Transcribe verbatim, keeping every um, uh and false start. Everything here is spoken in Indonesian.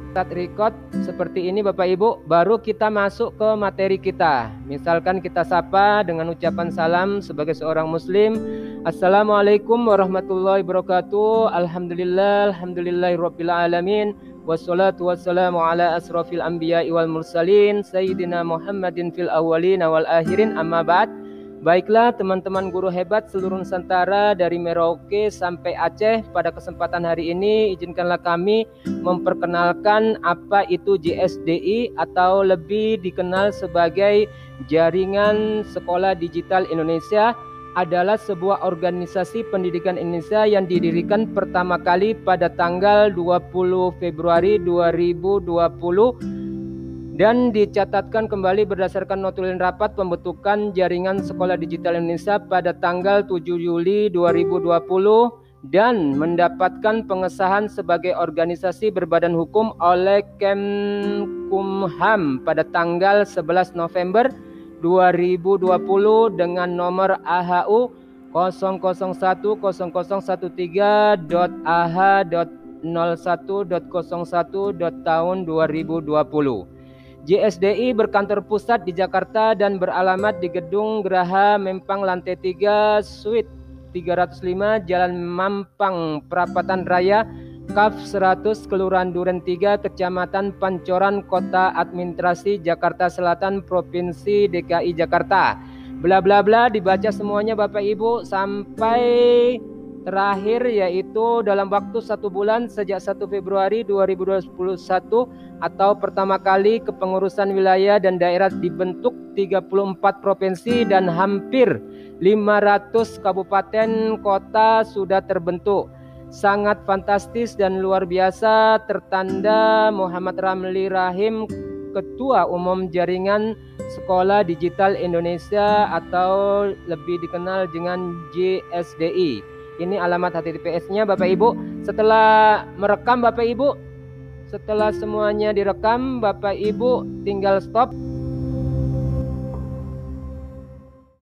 Start record seperti ini Bapak Ibu, baru kita masuk ke materi kita. Misalkan kita sapa dengan ucapan salam sebagai seorang muslim. Assalamualaikum warahmatullahi wabarakatuh. Alhamdulillah, alhamdulillahirabbil alamin. Wassalatu wassalamu ala asrofil anbiya'i wal mursalin sayyidina Muhammadin fil awwalin wal akhirin, amma ba'd. Baiklah teman-teman guru hebat seluruh Nusantara dari Merauke sampai Aceh, pada kesempatan hari ini izinkanlah kami memperkenalkan apa itu J S D I atau lebih dikenal sebagai Jaringan Sekolah Digital Indonesia. Adalah sebuah organisasi pendidikan Indonesia yang didirikan pertama kali pada tanggal dua puluh Februari dua ribu dua puluh dan dicatatkan kembali berdasarkan notulen rapat pembentukan Jaringan Sekolah Digital Indonesia pada tanggal tujuh Juli dua ribu dua puluh dan mendapatkan pengesahan sebagai organisasi berbadan hukum oleh Kemkumham pada tanggal sebelas November dua ribu dua puluh dengan nomor A H U nol nol satu nol nol satu tiga A H nol satu nol satu tahun dua ribu dua puluh. J S D I berkantor pusat di Jakarta dan beralamat di Gedung Geraha Mempang lantai tiga Suite tiga ratus lima Jalan Mampang Perapatan Raya Kaf seratus Kelurahan Duren tiga Kecamatan Pancoran Kota Administrasi Jakarta Selatan Provinsi D K I Jakarta. Bla bla bla dibaca semuanya Bapak Ibu sampai terakhir, yaitu dalam waktu satu bulan sejak satu Februari dua ribu dua puluh satu atau pertama kali kepengurusan wilayah dan daerah dibentuk tiga puluh empat provinsi dan hampir lima ratus kabupaten kota sudah terbentuk. Sangat fantastis dan luar biasa. Tertanda Muhammad Ramli Rahim, Ketua Umum Jaringan Sekolah Digital Indonesia atau lebih dikenal dengan J S D I. Ini alamat H T T P S-nya Bapak Ibu. Setelah merekam Bapak Ibu, setelah semuanya direkam Bapak Ibu tinggal stop.